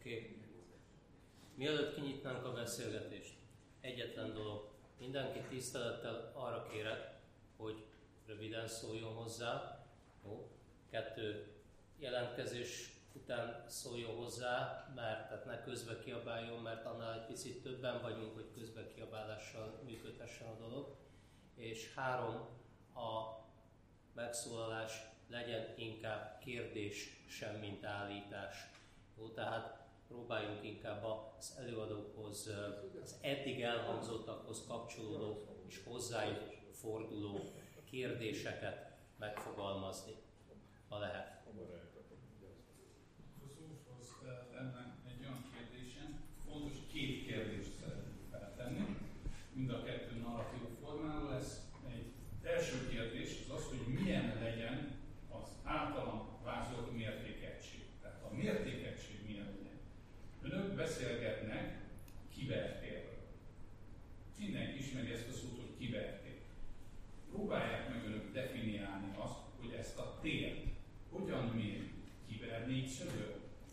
Oké. Mielőtt kinyitnánk a beszélgetést, egyetlen dolog. Mindenki tisztelettel arra kérek, hogy röviden szóljon hozzá. Jó? 2 jelentkezés után szóljon hozzá, tehát ne közbe kiabáljon, mert annál egy picit többen vagyunk, hogy közbe kiabálással működhessen a dolog. És 3, a megszólalás legyen inkább kérdés, sem mint állítás. Jó, tehát próbáljunk inkább az előadókhoz, az eddig elhangzottakhoz kapcsolódó és hozzájuk forduló kérdéseket megfogalmazni, ha lehet. Professzorhoz lenne egy olyan kérdésem, fontos 2 kérdést szeretnék feltenni. Mind a 2 narratív formában lesz. Egy első kérdés az, hogy milyen legyen az általam vázolt mértékegység. Tehát a mértékegység milyen legyen. Önök beszélgetnek kibertérről. Mindenki ismeri ezt a szót, hogy kibertér. Próbálják meg önök definiálni azt, hogy ezt a tért hogyan mérjük. Kibernégyszögön?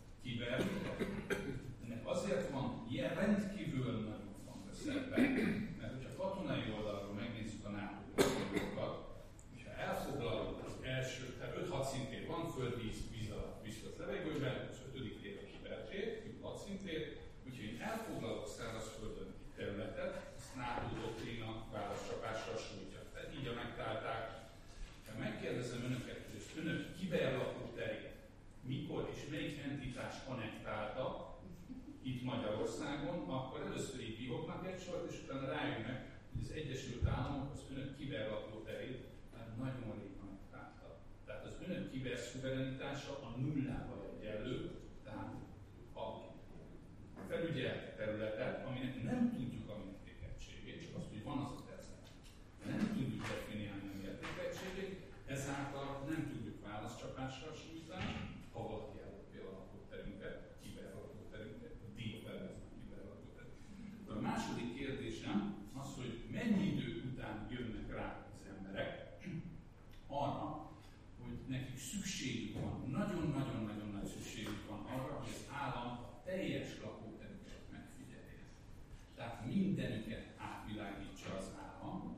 Ennek azért van ilyen rendkívül nagyon fontos szerepe, mert hogyha katonai oldalról megnézzük a NATO dolgokat, és ha elfoglaljuk az első, tehát 5-6 szintér van, föld, víz alatt, víz a levegőben, az 5. tér a kibertér, 6 szintér, úgyhogy én elfoglalok szárazföldön egy területet, ezt NATO doktrína válaszcsapásra sújtja. Tehát így megtalálták. Ha megkérdezem önöket, hogy önök kiberlakóterét mikor és melyik entitás konnektálta itt Magyarországon, akkor először így vihognak egy sort, és utána rájönnek, hogy az Egyesült Államok az önök kiberlakóterét már nagyon rég konnektálta. Tehát az önök kiberszuverenitása a nullával egyenlő, tehát a felügyelt területet, aminek nem tudjuk a mértékegységét, csak azt, hogy van az a terület. Nem tudjuk definiálni a mértékegységét, ezáltal nem tudjuk válaszcsapásra sújtani, ha valaki ellopja a lakóterünket, a kiberlakóterünket, a díjfelvező kiberlakóterünket. A második kérdésem az, hogy mennyi idő után jönnek rá az emberek arra, hogy nekik szükségük van, nagyon-nagyon-nagyon nagy szükségük van arra, hogy az állam a teljes lakóterüket megfigyelje. Tehát mindenüket átvilágítsa az állam.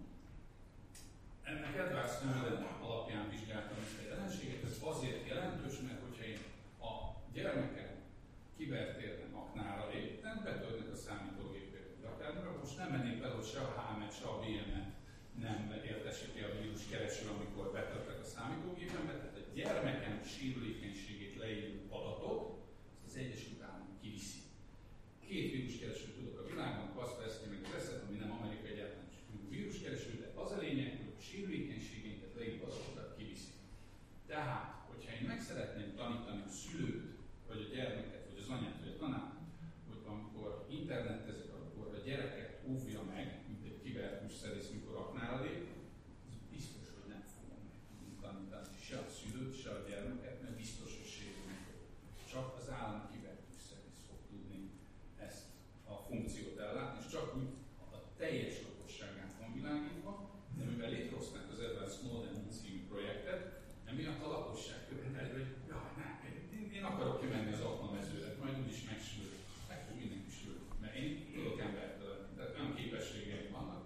Ennek Edward Snowden alapján vizsgáltam ezt a jelenséget, ez azért jelentős, mert hogyha én a gyermekem kibertérben aknára léptem, betörnek a számítógépét. Akár most nem mennék bele, hogy se a HM-et, se a VM-et nem értesíti a víruskereső, amikor betörtek a számítógépembe, tehát a gyermekem sérülékenységét leíró adatot, azt az Egyesült Államok kiviszi. 2 víruskeresőt tudok a világon, Kaspersky meg az ESET, ami nem Amerikai egyetlen víruskereső, de az a lényeg, hogy a sérülékenységeinket leíró adatokat kiviszi. Tehát, hogyha én meg szeretném tanítani a szülőt, vagy a gyermeket, vagy az anyát, vagy a tanárt, hogy amikor internetezik, akkor a gyereket óvja meg, mint egy kibertűzszerész, mikor aknára lép, az biztos, hogy nem fogom meg tudni tanítani se a szülőt, se a gyermeket, mert biztos, hogy sérülni fog. Csak az állami kibertűzszerész fog tudni ezt a funkciót ellátni, és csak úgy a teljes lakosságát van világítva, de mivel létrehozták az Edward Snowden című projektet, emiatt a lakosság követel, hogy én akarok kimenni az aknamezőre, majd úgyis megsül. Meg fog mindenki sül, mert én tudok embert lenni. Tehát olyan képességeim vannak,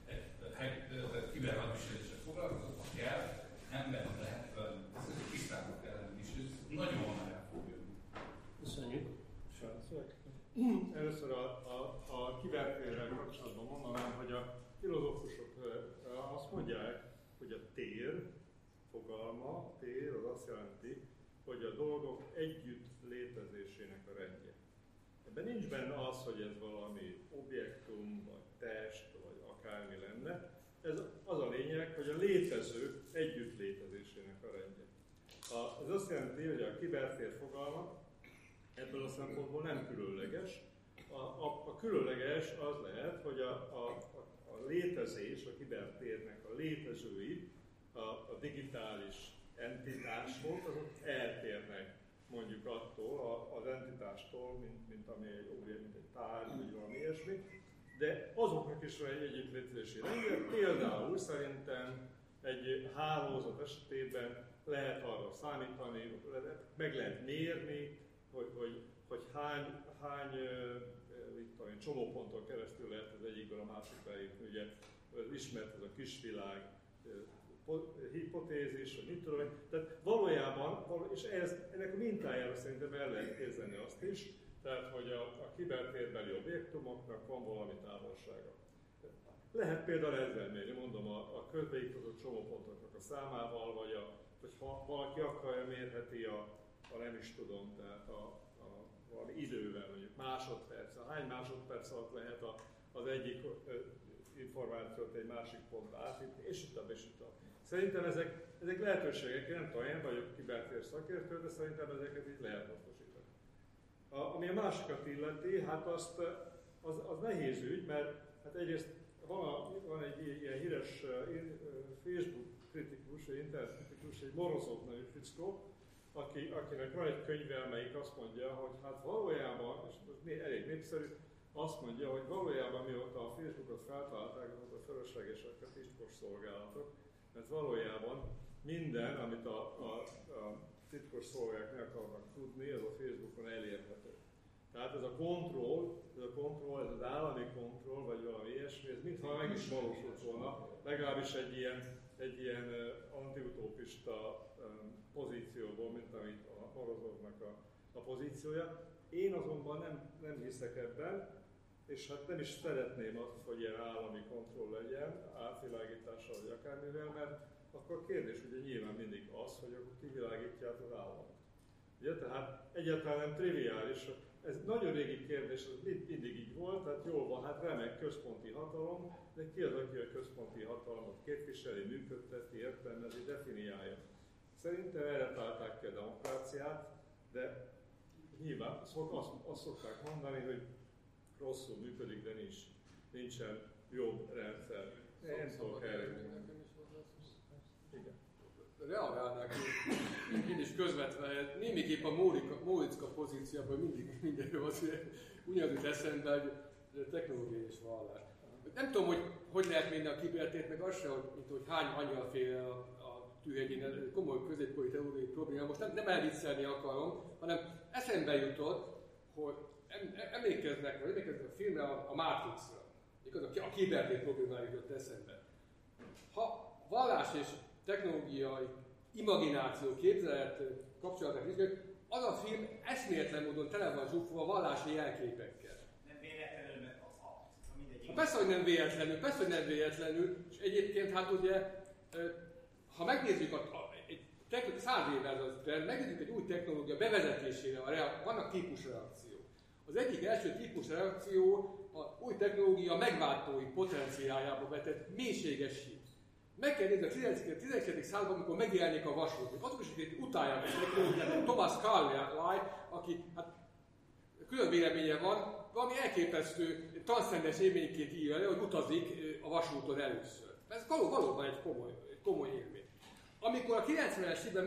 hogy kiberhadviselésre foglalkozok, ha kell, embert lehet lenni. Ez tisztába kell lenni, és ez nagyon hamar el fog jönni. Köszönjük. Először a kibertérrel kapcsolatban mondanám, hogy a filozófusok azt mondják, hogy a tér fogalma, a tér az azt jelenti, hogy a dolgok együtt létezésének a rendje. Ebben nincs benne az, hogy ez valami objektum, vagy test, vagy akármi lenne. Ez az a lényeg, hogy a létezők együtt létezésének a rendje. Ez azt jelenti, hogy a kibertér fogalma ebből a szempontból nem különleges. A különleges az lehet, hogy a létezés, a kibertérnek a létezői, a digitális entitások, azok eltérnek mondjuk attól, az entitástól, mint ami egy objekt, mint egy tárgy, vagy valami ilyesmi, de azoknak is van egy együttlétezési rendje. Például szerintem egy hálózat esetében lehet arra számítani, meg lehet mérni, hogy hány csomóponton keresztül lehet az egyikből a másikra jutni, ugye ismert ez a kisvilág hipotézis, vagy mit tudom én. Tehát valójában, és ennek a mintájára szerintem el lehet képzelni azt is, tehát hogy a kibertérbeli objektumoknak van valami távolsága. Lehet például ezzel mérni, mondom, a közbeiktatott csomópontoknak a számával, vagy ha valaki akarja, mérheti a nem is tudom, tehát valami idővel, mondjuk másodperc, hány másodperc alatt lehet az egyik információt egy másik pontra átvinni, és itt tovább, és itt tovább. Szerintem ezek lehetőségek, én nem tudom, én vagyok kibertér szakértő, de szerintem ezeket így lehet hasznosítani. Ami a másikat illeti, hát az nehéz ügy, mert hát egyrészt van egy ilyen híres Facebook kritikus, vagy internet kritikus, egy Morozov nevű fickó, akinek van egy könyve, amelyik azt mondja, hogy hát valójában, és elég népszerű, azt mondja, hogy valójában mióta a Facebookot feltalálták, azóta fölöslegesek a titkos szolgálatok, mert valójában minden, amit a titkos szolgálják meg akarnak tudni, az a Facebookon elérhető. Tehát ez a kontroll, ez az állami kontroll, vagy valami ilyesmi, ez mintha meg is valósult volna, legalábbis egy ilyen antiutópista pozícióból, mint amit a Morozovnak a pozíciója. Én azonban nem hiszek ebben, és hát nem is szeretném azt, hogy ilyen állami kontroll legyen, átvilágítással vagy akármivel, mert akkor a kérdés ugye nyilván mindig az, hogy akkor kivilágítja át az államot. Ugye, tehát egyáltalán nem triviális. Ez nagyon régi kérdés, ez mindig így volt, tehát jól van, hát remek központi hatalom, de ki az, aki a központi hatalmat képviseli, működteti, értelmezi, definiálja. Szerintem erre találták ki a demokráciát, de nyilván azt szokták mondani, hogy rosszul működik, de nincsen jobb rendszer. Nem tudok erre. Igen. Reagálnák én is közvetve, némiképp a Móriczka pozícióban mindig úgy jut eszembe, hogy technológia és vallás. Nem tudom, hogy lehet mérni a kibertért, meg az se, hogy hány angyal fél a tűhegyén, komoly középkori teológiai probléma. Most nem elviccelni akarom, hanem eszembe jutott, hogy emlékeznek a filmre, a Matrixra. Igaz, a kibertét problémára jutott eszembe. Ha vallás és technológiai imagináció, képzelet kapcsolatok vizsgáljuk, az a film eszméletlen módon tele van zsúfolva vallási jelképekkel. Nem véletlenül, mert mindegy. Persze, hogy nem véletlenül, és egyébként hát ugye, ha megnézzük 100 évvel megnézzük egy új technológia bevezetésére, vannak típusreakciók. Az egyik első típusreakció a új technológia megváltói potenciáljába vetett mélységes hit. Meg kell nézni a 19. században, amikor megjelenik a vasút. Azok is, akik utálják a technológiát, Thomas Carlyle, aki hát külön véleménye van, valami elképesztő transzcendens élményként írja le, hogy utazik a vasúton először. Ez valóban egy komoly élmény. Amikor a 90-es évben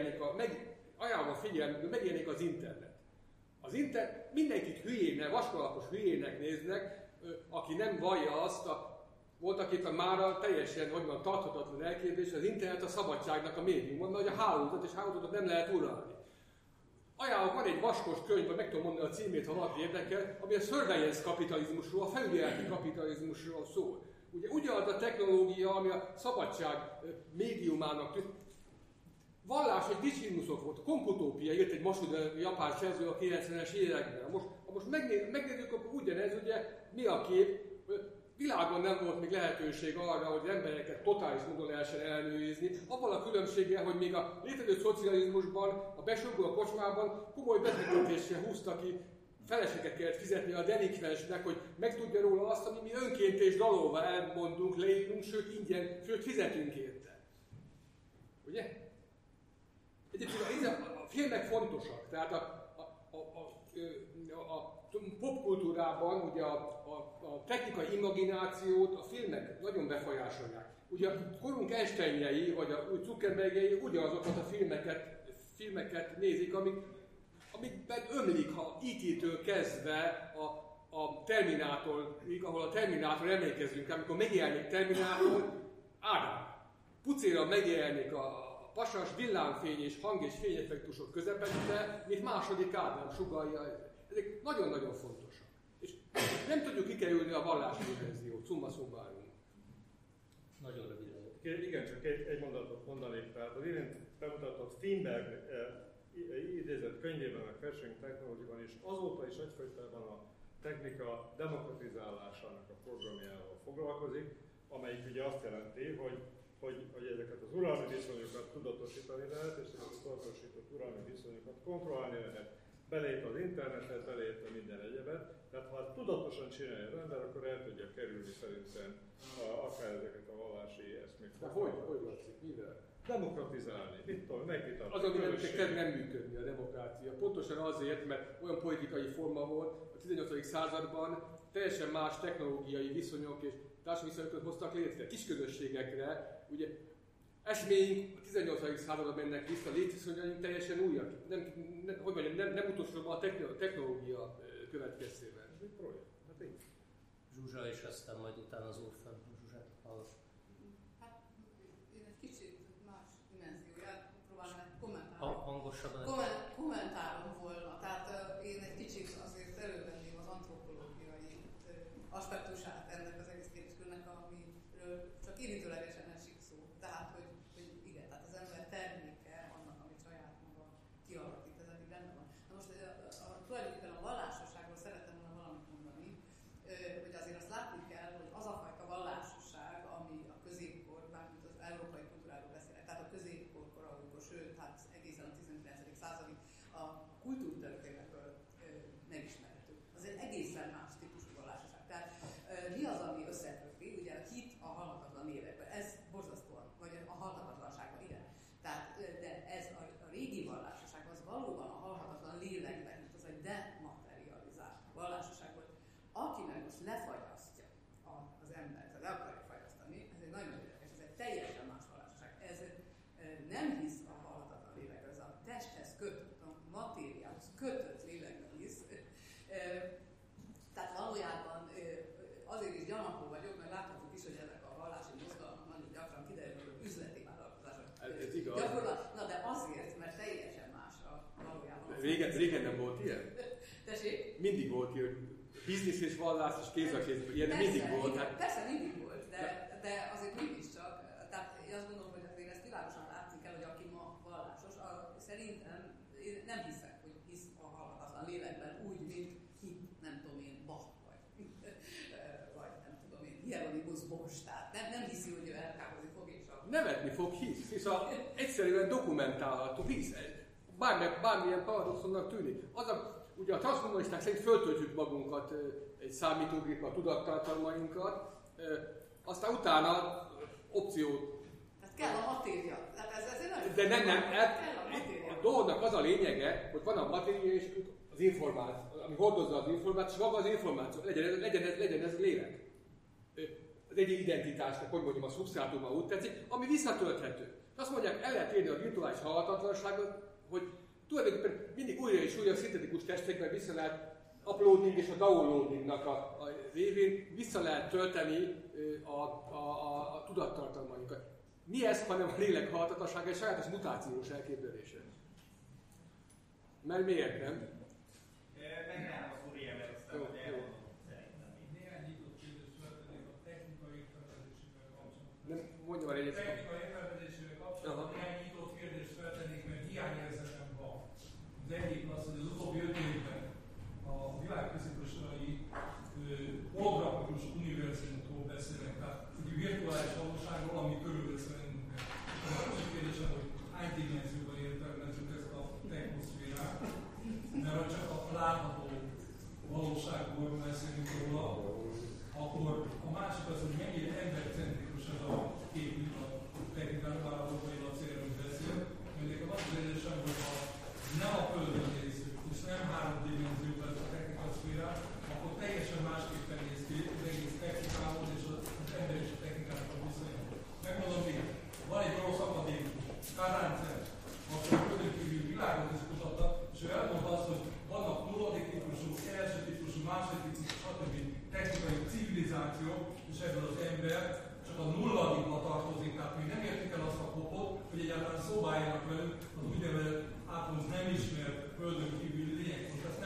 megjelenik az internet. Az internet mindenkit hülyének, vaskalapos hülyének néznek, aki nem vallja azt voltak éppen mára teljesen, tarthatatlan elképzelés, az internet a szabadságnak a médium, mert a hálózatot nem lehet uralni. Ajánlok, van egy vaskos könyv, vagy meg tudom mondani a címét, ha valaki érdekel, ami a surveillance kapitalizmusról, a felügyeleti kapitalizmusról szól. Ugye ugyanaz a technológia, ami a szabadság médiumának vallás és diszimnuszok volt. Komputópia írt egy Masuda japán szerző a 90-es években. Most megnézzük, akkor ugyanez, ugye mi a kép? Világon nem volt még lehetőség arra, hogy az embereket totális módon lehessen ellenőrizni. Abban a különbséggel, hogy még a létező szocializmusban, a besugó a kocsmában komoly befektetésre húzta ki, feleséget kellett fizetni a delikvensnek, hogy megtudja róla azt, ami mi önként és dalolva elmondunk, leírunk, sőt ingyen, sőt fizetünk érte. Ugye? Egyébként a filmek fontosak, tehát a popkultúrában ugye a technikai imaginációt a filmek nagyon befolyásolják. Ugye a korunk Einsteinjei, vagy a új Zuckerbergjei ugyanazokat a filmeket nézik, amikben ömlik, ha IT-től kezdve a Terminátorig, ahol a Terminátor emlékezzünk, amikor megjelenik Terminátor, Ádám. Pucéra megjelenik a pasas villámfény és hang és fényeffektusok közepette, mint második Ádám sugallja. ezek nagyon-nagyon fontosak. És nem tudjuk kikerülni a vallási dimenziót, summa summarum. Nagyon röviden. Igen, csak egy mondatot mondanék. Tehát az imént bemutatott Finberg idézett könyvében, a Crashing Technology-ban is azóta is egyfajtában a technika demokratizálásának a programjával foglalkozik, amelyik ugye azt jelenti, hogy ezeket az uralmi viszonyokat tudatosítani lehet, és ezeket a tudatosított uralmi viszonyokat kontrollálni lehet. Belétve az internetet, belétve minden egyebet. Tehát ha tudatosan csinálja az ember, akkor el tudja kerülni szerintem akár ezeket a vallási eszméket. De hogy látszik? Mivel? Demokratizálni. Mit tudom, megvitatni. Az, ami nem működni a demokrácia. Pontosan azért, mert olyan politikai forma volt, a 18. században teljesen más technológiai viszonyok és társadalmi viszonyokat hoztak létre. Kisközösségekre, ugye eszméink a 18. században mennek vissza, létviszonyaink teljesen újak. Nem utolsóban a technológia következtében. Ez egy projekt. Hát így. Zsuzsa, és aztán majd utána az úrfön. Zsuzsát hallgass. Hát, én egy kicsit más dimenzióját próbálom kommentálni. Hangosabban. Kommentárom volna. Tehát én egy kicsit azért elővenném az antropológiai aspektusát ennek az egész kérdéskörnek, amiről csak érintőlegesen esik szó. Tehát, hogy igen, tehát az ember terméke annak, amit saját maga kialakít, ez eddig rendben van. Na most tulajdonképpen a vallásosságról szeretem volna valamit mondani, hogy azért azt látni kell, hogy az a fajta vallásosság, ami a középkor, mármint az európai kultúráról beszélek, tehát a középkor, koraújkor, sőt, hát egészen a 19. századig a kultúrtörténetből megismerhető. Az egy egészen más típusú vallásosság. Tehát mi az, ami összeköti? Ugye a hit a halhatatlan lélekben. Ez borzasztóan, vagy a halhatatlanságban, igen. Tehát, de ez a régi vallásosság az valóban a halhatatlan lélekben, az egy dematerializált vallásosság volt. Aki meg most lefagyasztja az embert, le akarja fagyasztani, ez egy nagyon érdekes, ez egy teljesen más vallásosság. Ez nem hisz a halhatatlan lélekben, ez a testhez kötött, a matériához kötött lélekben hisz. Tehát valójában azért is gyanakvó vagyok, mert láthatjuk is, hogy ezek a vallási mozgalmak nagyon gyakran kiderül, hogy üzleti vállalkozások. Ez igaz. Na de azért, mert teljesen más a valójában. Régen nem volt ilyen? Tessék? Mindig volt ilyen. Biznisz és vallás és kéz a kézben. Ilyen mindig volt. Persze mindig volt, de azért mégiscsak. Tehát én azt gondolom, hogy azért ezt világosan látni kell, hogy aki ma vallásos, szerintem én nem hiszek, hogy hisz a halhatatlan lélekben úgy, mint hit, nem tudom én, Bach vagy nem tudom én, Hieronymus Bosch. Tehát nem hiszi, hogy ő elkározni fog és a... Nevetni fog, hisz. Egyszerűen dokumentálható, hisz. Bármilyen paradoxonnak tűnik. Ugye a transhumanisták szerint föltöltjük magunkat egy számítógépbe, a tudattartalmainkat, aztán utána opció. Tehát kell a matéria. De nem. A dolognak az a lényege, hogy van a matéria és az információ, ami hordozza az információt, és maga az információ. Legyen ez lélek. Az egyik identitásnak, hogy mondjam, a szubsztrátuma úgy tetszik, ami visszatölthető. Azt mondják, el lehet érni a virtuális halhatatlanságot, hogy tulajdonképpen mindig újra és újra szintetikus testekben vissza lehet uploading és a downloadingnak a révén vissza lehet tölteni a tudattartalmainkat. Mi ez, hanem a lélek halhatatlansága egy sajátos mutációs elképzelése? Mert miért nem? Megállom a fúriámat, aztán hogy elmondom szerintem. Néhány nyitott kérdést feltennék a technikai értelmezésével kapcsolatban. Nem, mondja már egyet. Technikai értelmezésével kapcsolatban néhány nyitott kérdést feltennék, mert hiányérzetem van. Az egyik az, hogy az utóbbi 5 évben a világ középusorai holografikus univerzumról beszélnek, tehát egy virtuális valóságról, ami körülvesz bennünket. A másik kérdésem, hogy hány dimenzióban értelmezzük ezt a technoszférát, mert ha csak a látható valóságból beszélünk róla, akkor a másik az, hogy mennyire embercentrikus ez a kép, mint a technikán vállalatai Laciről beszél. Nekem az az érzésem, hogy ha nem a Földön nézzük, és nem 3 dimenzióban ez a technikaszférát, akkor teljesen másképpen néz ki az egész technikához és az ember és a technikának a viszonyat. Megmondom még, van egy orosz akadémikus, Karáncer, aki a Földön kívül világot is kutatta, és ő elmondta azt, hogy vannak nulladik típusú, első típusú, második típusú, stb. Technikai civilizáció, és ebből az ember csak a nulladikba tartozik, tehát még nem értik el azt a popot, hogy egyáltalán szóba álljanak velünk az úgynevezett általunk nem ismert földön kívüli lények. Most ezt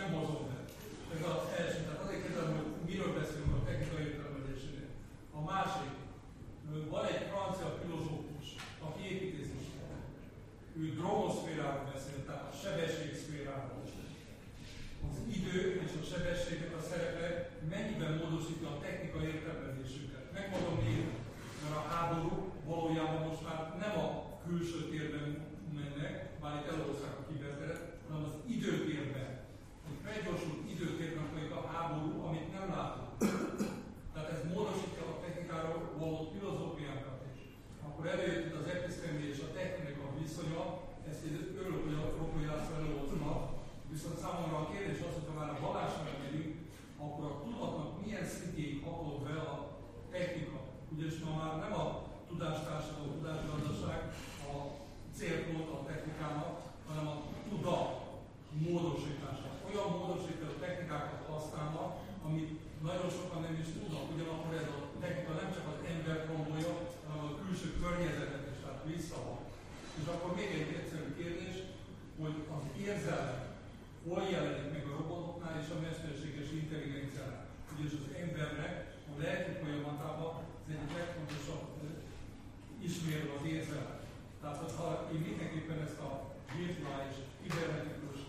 amit nagyon sokan nem is tudnak, ugyanakkor ez a technika nem csak az embert rombolja, hanem a külső környezetet is, tehát visszahat. És akkor még egy egyszerű kérdés, hogy az érzelem hol jelenik meg a robotoknál és a mesterséges intelligenciánál. Ugyanis az embernek a lelki folyamatában az egyik legfontosabb ismérve az érzelem. Tehát ha én mindenképpen ezt a virtuális, kibernetikus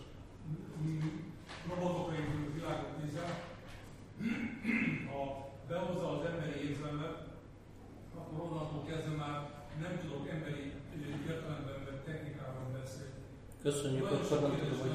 robotokra épülő világot nézem, ha behozza az emberi érzelmet, akkor onnantól kezdve már nem tudok emberi értelemben vett technikában beszélni. Köszönjük, akkor nem tudom, hogy...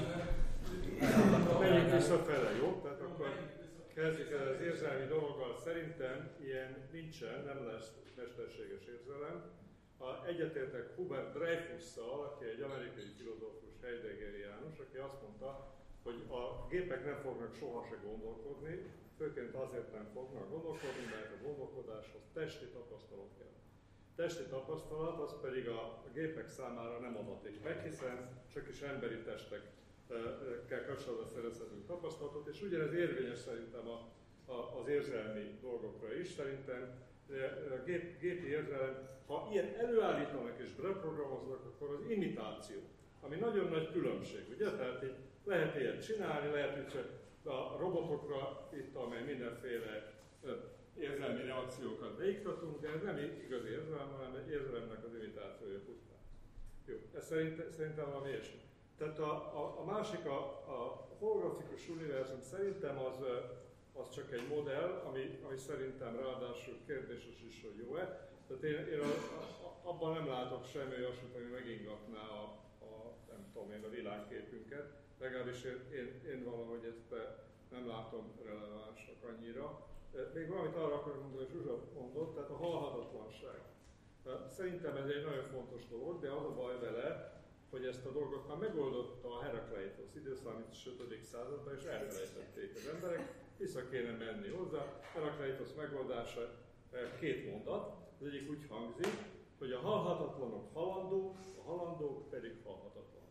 Menjünk visszafele, jó? Tehát akkor kezdjük el az érzelmi dologgal. Szerintem ilyen nincsen, nem lesz mesterséges érzelem. Egyetértek Hubert Dreyfusszal, aki egy amerikai filozófus, Heidegger János, aki azt mondta, hogy a gépek nem fognak soha se gondolkodni, főként azért nem fognak gondolkodni, mert a gondolkodáshoz testi tapasztalat kell. Testi tapasztalat az pedig a gépek számára nem adatik meg, hiszen csak is emberi testekkel kapcsolatban szerezhetünk tapasztalatot, és ugyanez érvényes szerintem az érzelmi dolgokra is. Szerintem a gépi érzelem, ha ilyen előállítanak és beprogramoznak, akkor az imitáció, ami nagyon nagy különbség, ugye? Tehát így lehet ilyet csinálni, lehet, hogy a robotokra itt, amely mindenféle érzelmi reakciókat beiktatunk, de ez nem igazi érzelem, hanem egy érzelemnek az imitációja pusztán. Jó, ez szerintem valami ilyesmi. Tehát a másik, a holografikus univerzum szerintem az csak egy modell, ami szerintem ráadásul kérdéses is, hogy jó-e. Tehát én abban nem látok semmi olyasmit, ami megingatná nem tudom én, a világképünket. Legalábbis én valahogy ezt nem látom relevánsnak annyira. Még valamit arra akarok mondani, hogy Zsuzsa mondott, tehát a halhatatlanság. Szerintem ez egy nagyon fontos dolog, de az a baj vele, hogy ezt a dolgot már megoldotta a Herakleitos időszámítás 5. században, és elfelejtették az emberek, vissza kéne menni hozzá. Herakleitos megoldása 2 mondat, az egyik úgy hangzik, hogy a halhatatlanok halandók, a halandók pedig halhatatlanok.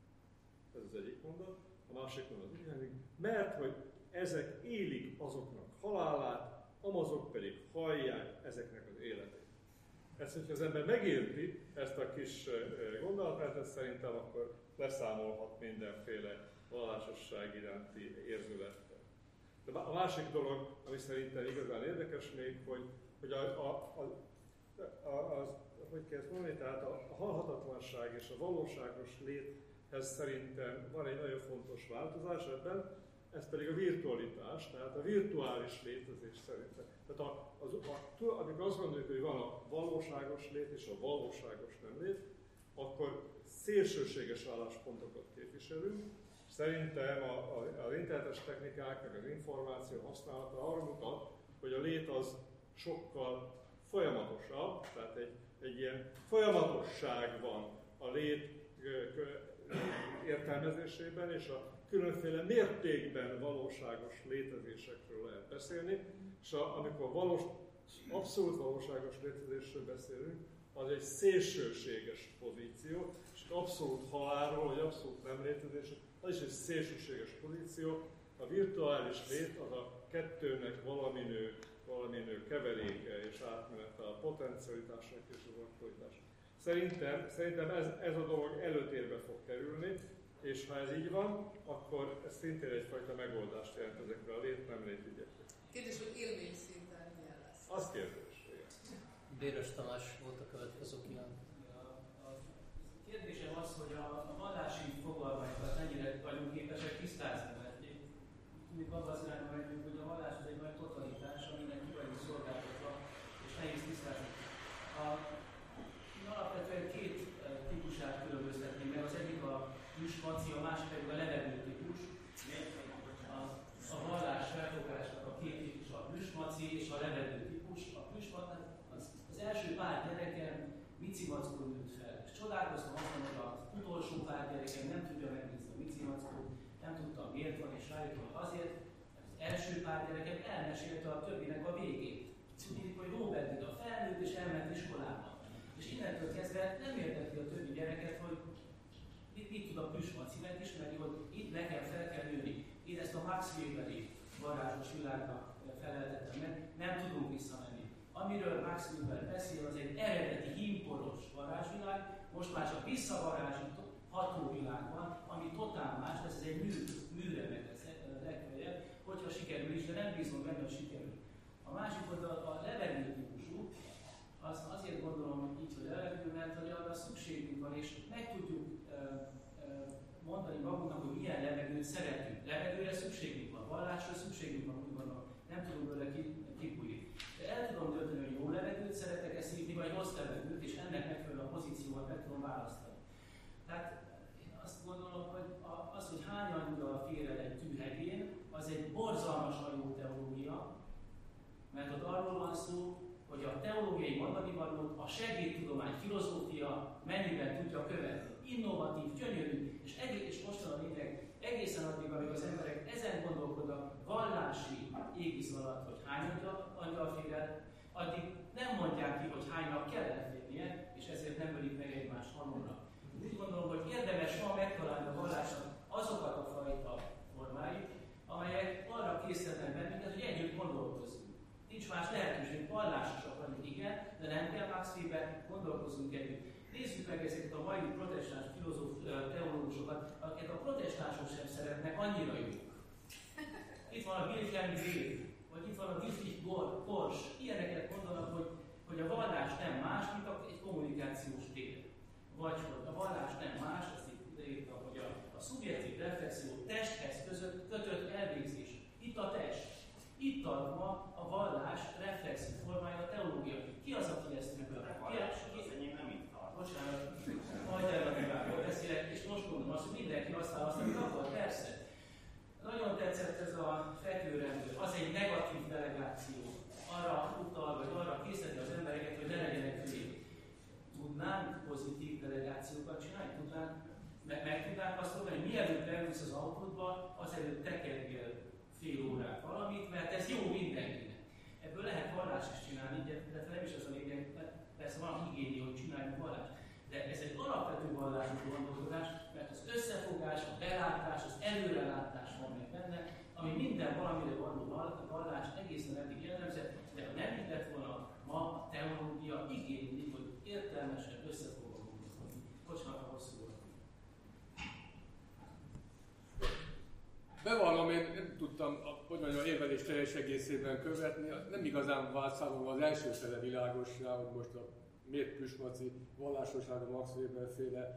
Ez az egyik mondat. A másik mondat úgy hangzik, mert hogy ezek élik azoknak halálát, amazok pedig hallják ezeknek az életét. Ezt, hogyha az ember megérti ezt a kis gondolatát, szerintem akkor leszámolhat mindenféle vallásosság iránti érzülettel. De a másik dolog, ami szerintem igazán érdekes még, hogy hogy kell ezt mondani, tehát a halhatatlanság és a valóságos léthez szerintem van egy nagyon fontos változás ebben, ez pedig a virtualitás, tehát a virtuális létezés szerintem. Tehát amikor azt gondoljuk, hogy van a valóságos lét és a valóságos nem lét, akkor szélsőséges álláspontokat képviselünk. Szerintem az internetes technikák, meg az információ használata arra mutat, hogy a lét az sokkal folyamatosabb, tehát egy ilyen folyamatosság van a lét értelmezésében, és a különféle mértékben valóságos létezésekről lehet beszélni, és amikor abszolút valóságos létezésről beszélünk, az egy szélsőséges pozíció, és abszolút halálról, vagy abszolút nem létezés, az is egy szélsőséges pozíció. A virtuális lét az a kettőnek valaminő keveréke és átmenete, a potencialitásnak és az aktualitásnak. Szerintem ez a dolog előtérbe fog kerülni, és ha ez így van, akkor ez szintén egyfajta megoldást jelent ezekre a lét-nem létügyekre. Kérdés, hogy élmény szinten milyen lesz? Az kérdés, igen. Béres Tamás volt a következő kívánt. A kérdésem az, hogy a vallási fogalmainkat mennyire vagyunk képesek tisztázni, mert tudjuk abban az irányban megyünk, hogy a vallás az egy nagy totalitás, aminek ki vagyunk szolgáltatva, és nehéz tisztázni. Alapvetően 2 típusát különböztetném meg, az egyik a plüsmaci, a másik pedig a levegő típus. A vallás felfogásnak a 2 típus, a plüsmaci és a levegő típus. A plüsmaci az első pár gyerekem micimackó nőtt fel, és csodálkoztam azon, hogy az utolsó pár gyerekem nem tudja megnézni a micimackót, nem tudtam miért van, és rájöttem, hogy azért, mert az első pár gyerekem elmesélte a többinek a végét. Úgy hívjuk, hogy Robert a felnőtt és elment iskolába. És innentől kezdve nem érdekli a többi gyereket, hogy mit tud a plüsmaci, mert ismeri, hogy itt nekem fel kell nőni. Én ezt a Max Weberi varázsos világnak feleltettem meg, nem tudunk visszamenni. Amiről Max Weber beszél, az egy eredeti hímporos varázsvilág, most már csak visszavarázsítható világ van, ami totál más, ez egy műre meg lesz legfeljebb, hogyha sikerül is, de nem bízom benne, hogy sikerül. A másik oldal a levegő típusú, azért gondolom, hogy így, hogy levegő, mert hogy arra szükségünk van, és meg tudjuk mondani magunknak, hogy milyen levegőt szeretünk. Levegőre szükségünk van, vallásra szükségünk van, úgy gondolom. Nem tudunk vele kibújni. De el tudom dönteni, hogy jó levegőt szeretek-e szívni, vagy rossz levegőt, és ennek megfelelően a pozícióval meg tudom választani. Tehát én azt gondolom, hogy az, hogy hány angyal fér el egy tűhegén, az egy borzalmasan jó teológia, mert ott arról van szó, hogy a teológiai mondani valót a segédtudomány, filozófia mennyiben tudja követni. Innovatív, gyönyörű, és mostan a lényeg egészen addig, amíg az emberek ezen gondolkodnak vallási égisz alatt, hogy hány angyal fér el, addig nem mondják ki, hogy hánynak kell elférnie, és ezért nem ölik meg egymást hamorra. Úgy gondolom, hogy érdemes ma megtalálni a vallásnak azokat a fajta formáit, amelyek arra készítenek bennünket, hogy együtt gondolkozzunk. Nincs más lehetőség, vallásosak vagyunk, igen, de nem kell Max Weber, gondolkozzunk együtt. Nézzük meg ezeket a mai protestáns teológusokat, akiket a protestánsok sem szeretnek, annyira jók. Itt van a Wilhelm Grill, vagy itt van a Dietrich Kors. Ilyeneket mondanak, hogy a vallás nem más, mint egy kommunikációs tér. Vagy hogy a vallás nem más, azt itt írtam, hogy a szubjektív reflexió testhez kötött elvégzés. Itt a test. Itt ad ma a vallás reflexió formája a teológia. Ki az, aki ezt működik? Bocsánat, alternatíváról beszélek, és most mondom azt, hogy mindenki azt választ, amit akar, persze. Nagyon tetszett ez a fekvőrendőr, az egy negatív delegáció. Arra utal, vagy arra készíteni az embereket, hogy ne legyenek hülyék. Tudnánk pozitív delegációkat csinálni? Meg tudnánk azt mondani, hogy mielőtt leülsz az autódba, azelőtt tekergél fél órát valamit, mert ez jó mindenkinek. Ebből lehet vallást is csinálni, de nem is az a lényeg, persze van higiénia, hogy csináljunk vallást. De ez egy alapvető vallásos gondolkodás, mert az összefogás, a belátás, az előrelátás van meg benne, ami minden valamire való vallás egészen eddig jellemzett, de ha nem így lett volna, ma a teológia igényli, hogy értelmesen összefogva gondolkodni. Bocsánat, a hosszú volt. Bevallom, én nem tudtam a érvelés teljes egészében követni, nem igazán vált számomra az első fele világossá, hogy most a miért Püspöci vallásosság a Max Weber féle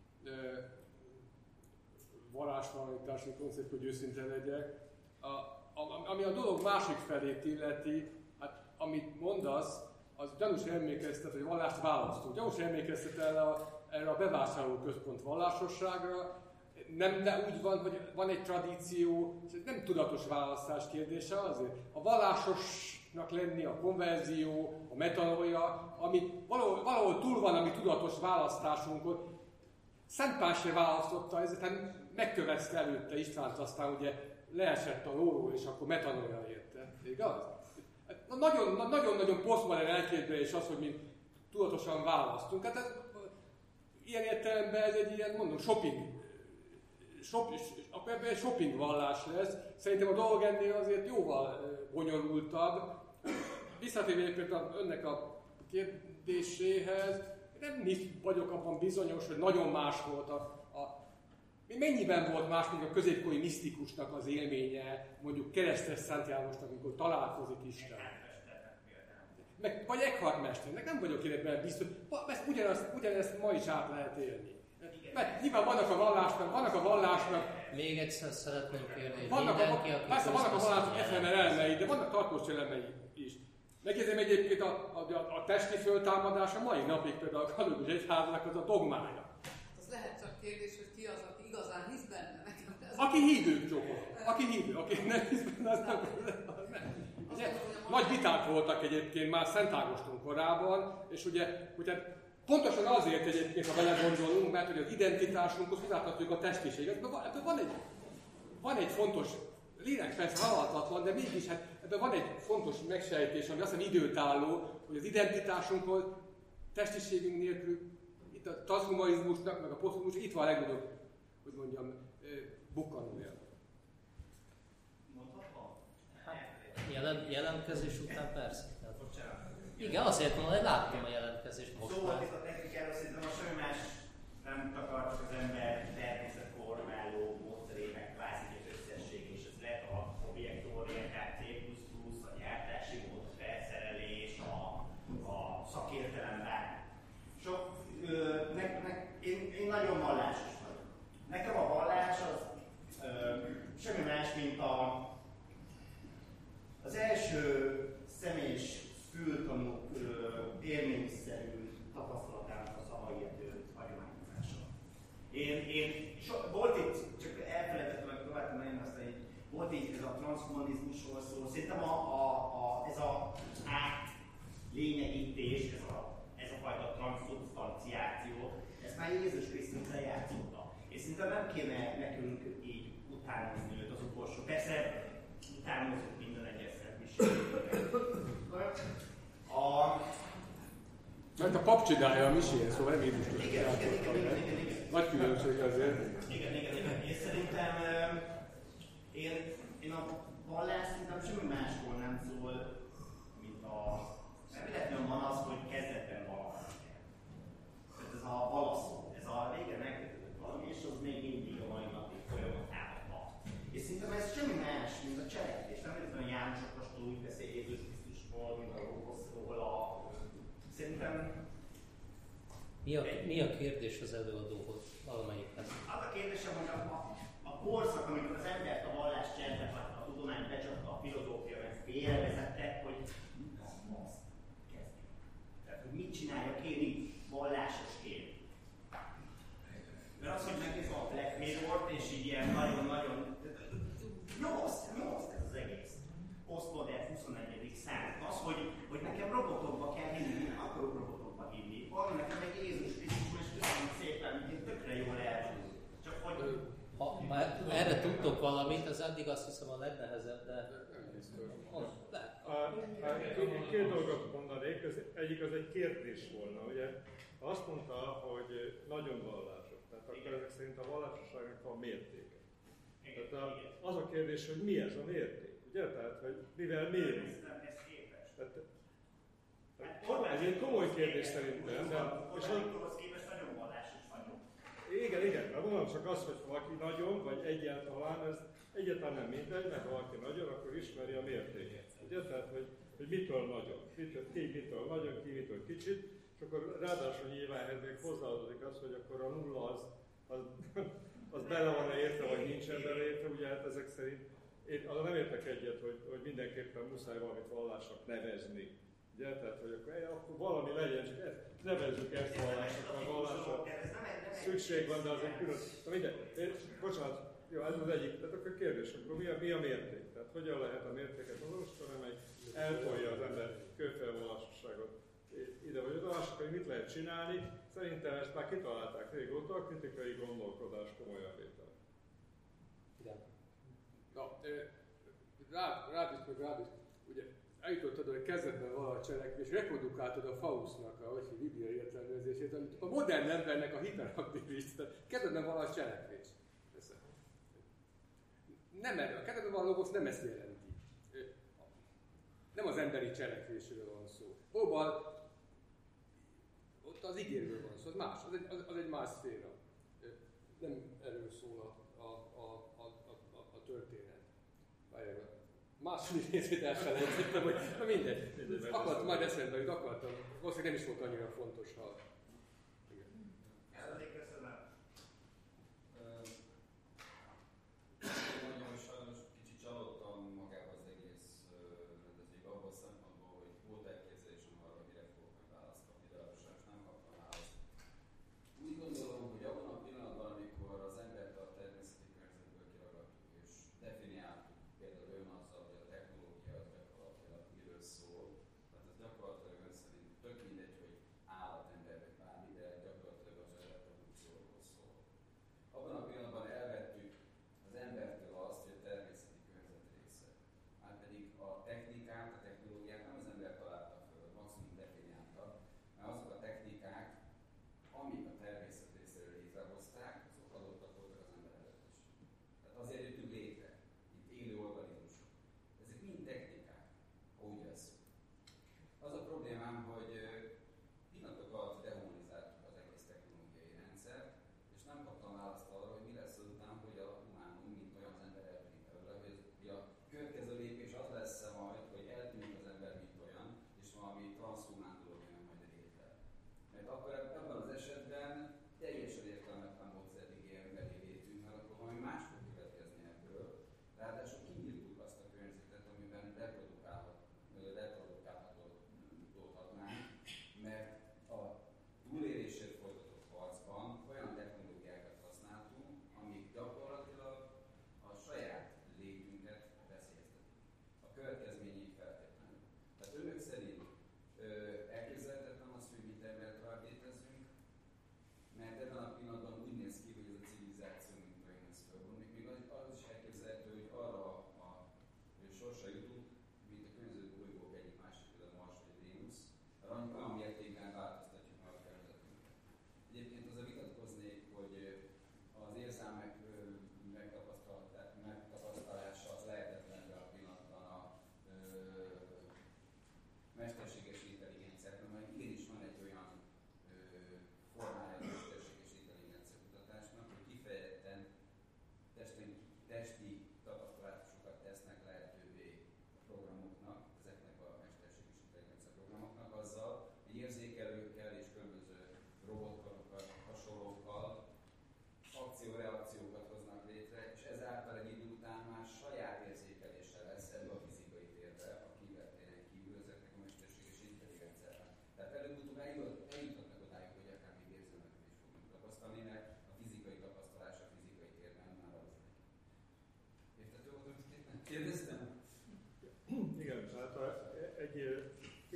varázstalanítási koncept, hogy őszinte legyek. Ami a dolog másik felét illeti, hát amit mondasz, az gyanús emlékeztet, hogy vallást választunk. Gyanús emlékeztet erre a bevásárló központ vallásosságra. De úgy van, hogy van egy tradíció, és nem tudatos választás kérdése azért. A vallásosnak lenni, a konverzió, a metanoia, ami valahol túl van a mi tudatos választásunkon. Szent Pál se választotta, ezért megkövezte előtte Istvánt, aztán ugye leesett a lóról, és akkor metanoia érte. Igaz? Nagyon-nagyon posztmodern elképzelés az, hogy mi tudatosan választunk. Hát ez, ilyen értelemben ez egy ilyen, mondom, akkor ebben egy shopping vallás lesz. Szerintem a dolog ennél azért jóval bonyolultabb. Visszatérve például önnek a kérdéséhez, nem vagyok abban bizonyos, hogy nagyon más volt mennyiben volt más, mint a középkori misztikusnak az élménye, mondjuk Keresztes Szent Jánosnak, amikor találkozik Isten. Vagy Eckhart Mesternek, nem vagyok ebben biztos, ugyanezt ma is át lehet élni. Mert nyilván vannak a vallásnak... Még egyszer szeretném kérni, vannak a vallásnak efemer elemei, de vannak tartós elemei is. Megjegyzem egyébként a testi föltámadás a mai napig például a katolikus egyháznak az a dogmája. Az lehet csak kérdés, hogy ki az, aki igazán hisz benne nekem. Aki hívő, csoport. Aki hívő, aki nem hisz benne, az nem. Nagy viták voltak egyébként már Szent Ágoston korában, és ugye pontosan azért egyébként, ha belegondolunk, mert hogy az identitásunkhoz hozzátartjuk a testiséget. Van egy fontos, lélek persze halhatatlan, de mégis ebben van egy fontos megsejtés, ami azt hiszem időtálló, hogy az identitásunkhoz testiségünk nélkül, itt a transhumanizmusnak, meg a poszthumanizmusnak itt van a legnagyobb, hogy mondjam, bukkanója. Mondhatva? Jelentkezés után persze. Bocsánat. Igen, azért mondom, hogy láttam a jelentkezést most Szó volt már. itt a technikáról, szerintem a semmi más nem takar, csak az ember természetformáló módszerének kvázi egy összesség, és ez lehet a objektorientált C++, a gyártási mód, a felszerelés, a szakértelem bármi. Én nagyon vallásos vagyok. Nekem a vallás az semmi más, mint az első személyes fültanúk élményszerű tapasztalatának a szavahihető hagyományozása. Volt itt, csak elfelejtettem, hogy próbáltam elmondani, volt így ez a transhumanizmusról szól. Szerintem ez az átlényegítés, ez a fajta transzubstanciáció, ezt már Jézus Krisztus lejátszotta. És szerintem nem kéne nekünk így utánozni őt az utolsó. Persze utánozunk minden egyes szentmiségeket. Mert a pap csinálja a misét, szóval nem Jézus Krisztus. Igen. Nagy különbség azért. Igen. És szerintem én a vallás szerintem semmi másról nem szól, mint nem véletlenül van az, hogy kezdetben valahogy kell. Tehát ez a valaszó, ez a régen megkezdődött valami, és az még mindig a mai napig folyamatában van. És szerintem ez semmi más, mint a cselekvés. Nem véletlenül János apostol úgy beszél Jézus Krisztusról, mint a Logoszról, szerintem... Mi a kérdés az előadóhoz, valamelyikhez? Az a kérdésem, hogy a korszak, amikor az embert a vallás cserben hagyta, a tudomány becsapta, a filozófia meg félrevezette, hogy azt kezdjük. Tehát, hogy mit csináljak én így vallásosként. Mert az, hogy megnézem a Black Mirror-t, és így ilyen nagyon-nagyon nyomoszt ez az egész. Posztmodern 21. század. Az, hogy nekem robotokba kell hinni, én akarok robotokba hinni. Van nekem egy Jézus Krisztus, és köszönöm szépen, hogy én tökre jól elválunk. Csak hogy... Ha már erre tudtok valamit, az addig azt hiszem a legnehezebb, de... Két dolgot mondanék, egyik az egy kérdés volna, ugye? Azt mondta, hogy nagyon vallásos, tehát akkor ezek szerint a vallásosságnak van mértéke. Tehát az a kérdés, hogy mi ez a mérték, ugye? Tehát, hogy mivel mérünk. Ez egy komoly kérdés szerintem, de... És ahhoz képest nagyon vallásos vagyok. Igen, de mondom csak azt, hogy valaki nagyon, vagy egyáltalán, ez egyáltalán nem mindegy, mert ha valaki nagyon, akkor ismeri a mértéket. Ugye? Tehát, hogy mitől nagyon, ki mitől nagyon, ki mitől kicsit, és akkor ráadásul nyilván ehhez még hozzáadódik az, hogy akkor a nulla az bele van érte, vagy nincsen bele érte, ugye hát ezek szerint én arra nem értek egyet, hogy mindenképpen muszáj valamit vallásnak nevezni. Ugye? Tehát, hogy akkor valami legyen, csak nevezzük ezt vallásnak, mert vallásra szükség van, de azért külön. Na mindegy, bocsánat, jó, ez az egyik, tehát akkor kérdés, akkor mi a mérték? Tehát hogyan lehet a mértéket azonosítani, amely eltolja az ember kőfejvallásosságot ide vagy oda, és akkor mit lehet csinálni? Szerintem ezt már kitalálták régóta, a kritikai gondolkodás komolyan vétel. Igen. Na, rád is, ugye eljutottad, hogy kezdetben vala a cselekvés, reprodukáltad a Faustnak a bibliai értelmezését, amit a modern embernek a hiperaktivista, kezdetben vala a cselekvés. Nem erre, a kezdetben vala logosz nem ezt jelenti. Nem az emberi cselekvésről van szó. Valóban ott az ígérről van szó, az más, az egy más szféra. Nem erről szól a történet. Második részét elfelejtettem, hogy na mindegy. Akartam, majd eszembe jut, akartam. Valószínűleg nem is volt annyira fontos, ha... Igen. Köszönöm. Nagyon sajnos kicsit csalódtam magában az egész rendezvényben, abban a szempontból, hogy volt elképzelésem arra, mire fogok majd választ kapni, de arra sajnos nem kaptam választ. Úgy gondolom, hogy abban a pillanatban, amikor az embert a természeti környezetből kiragadtuk és definiáltuk, például önazzal, hogy a technológia az gyakorlatilag miről szól, tehát ez gyakorlatilag ön szerint tök mindegy, hogy állat, ember vagy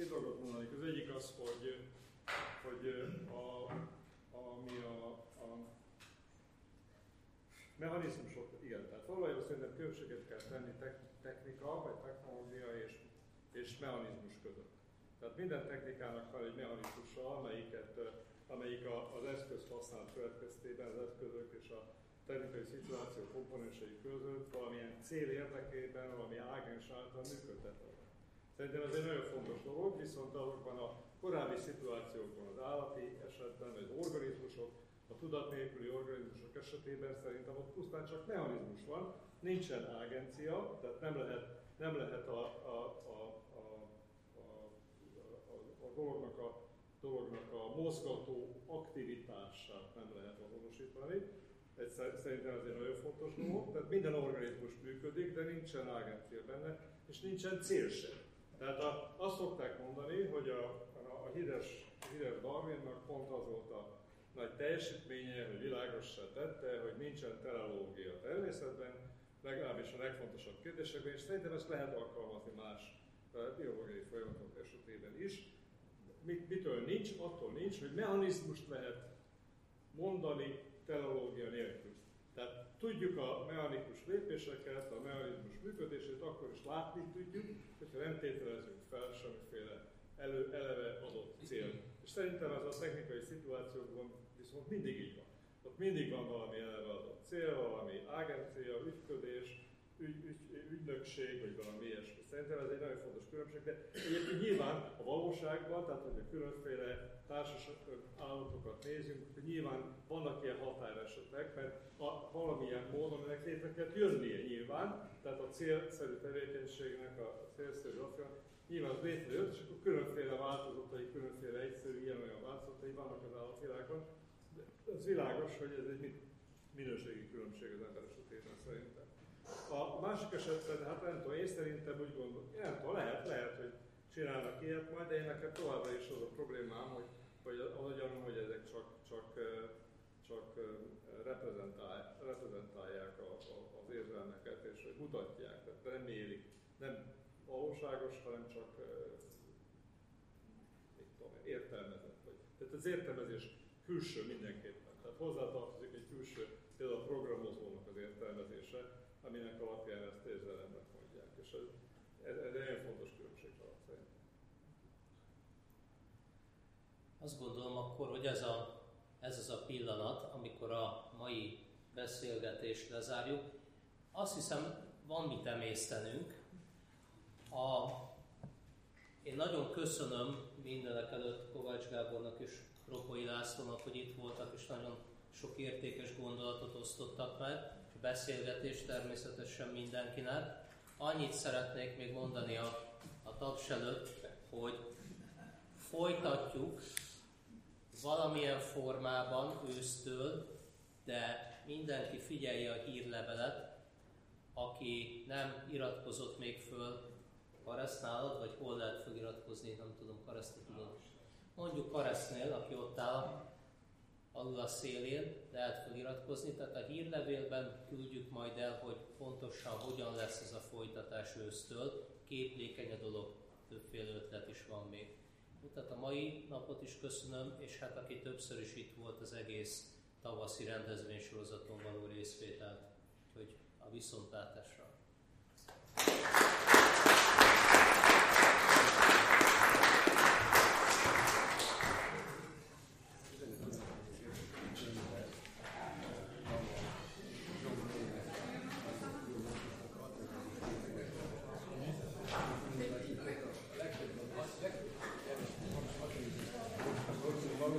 két dolgot mondanék. Az egyik az, hogy ami a mechanizmusok, igen, tehát valójában szerintem különbséget kell tenni technika, vagy technológia és mechanizmus között. Tehát minden technikának van egy mechanizmusa, amelyik az eszközt használat következtében az eszközök és a technikai szituáció komponensei között valamilyen cél érdekében, valami ágens által működtetve. Szerintem ez egy nagyon fontos dolog, viszont azokban a korábbi szituációkban, az állati esetben, vagy az organizmusok, a tudat nélküli organizmusok esetében szerintem ott pusztán csak mechanizmus van, nincsen agencia, tehát nem lehet a dolognak a mozgató aktivitását nem lehet azonosítani. Szerintem ez egy nagyon fontos dolog, tehát minden organizmus működik, de nincsen agencia benne, és nincsen cél sem. Tehát azt szokták mondani, hogy a híres Darwinnak pont az volt a nagy teljesítménye, hogy világossá tette, hogy nincsen teleológia a természetben, legalábbis a legfontosabb kérdésekben, és szerintem ezt lehet alkalmazni más biológiai folyamatok esetében is. Mitől nincs? Attól nincs, hogy mechanizmust lehet mondani teleológia nélkül. Tehát tudjuk a mechanikus lépéseket, a mechanizmus működését, akkor is látni tudjuk, hogyha nem tételezünk fel semmiféle eleve adott cél. És szerintem ez a technikai szituációkban viszont mindig így van. Ott mindig van valami eleve adott cél, valami agencia, ügyködés, ügynökség, vagy valami ilyesmi. Szerintem ez egy nagyon fontos különbség, de egyébként nyilván a valóságban, tehát hogy a különféle társas állatokat nézünk, hogy nyilván vannak ilyen határesetek, mert valamilyen módon ennek létre kell jönnie nyilván, tehát a célszerű tevékenységnek, a célszerű racionális, nyilván az létrejött, és akkor különféle változatai, különféle egyszerű ilyen-olyan változatai vannak az állatvilágban. De ez világos, hogy ez egy minőségi különbség az ember esetében szerintem. A másik esetben, hát nem tudom, én szerintem úgy gondolom, nem tudom, lehet, hogy csinálnak ilyet majd, de én nekem továbbra is az a problémám, hogy az a gyanúm, hogy ezek csak reprezentálják az érzelmeket, és hogy mutatják, de nem élik, nem valóságos, hanem csak értelmezett. Tehát az értelmezés külső mindenképpen. Tehát hozzátartozik egy külső, például a programozónak az értelmezése, aminek alapján ezt érzelemnek mondják. És ez egy nagyon fontos különbség talán szerintem. Azt gondolom akkor, hogy ez az a pillanat, amikor a mai beszélgetést lezárjuk. Azt hiszem, van mit emésztenünk. Én nagyon köszönöm mindenekelőtt Kovács Gábornak és Kropoi Lászlónak, hogy itt voltak, és nagyon sok értékes gondolatot osztottak meg, és a beszélgetés természetesen mindenkinek. Annyit szeretnék még mondani a taps előtt, hogy folytatjuk valamilyen formában ősztől, de mindenki figyelje a hírlevelet, aki nem iratkozott még föl. Karesz nálad, vagy hol lehet feliratkozni, nem tudom, Karesz, tudod. Mondjuk Karesznél, aki ott áll alul a szélén, lehet feliratkozni, tehát a hírlevélben küldjük majd el, hogy pontosan hogyan lesz ez a folytatás ősztől. Képlékeny a dolog, többféle ötlet is van még. Tehát a mai napot is köszönöm, és hát aki többször is itt volt az egész tavaszi rendezvénysorozaton való részvételt, hogy a viszontlátásra.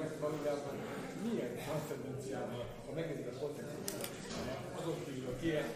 Milyen transzendenciával, ha megnézzük a kontextusban, azok kívül, aki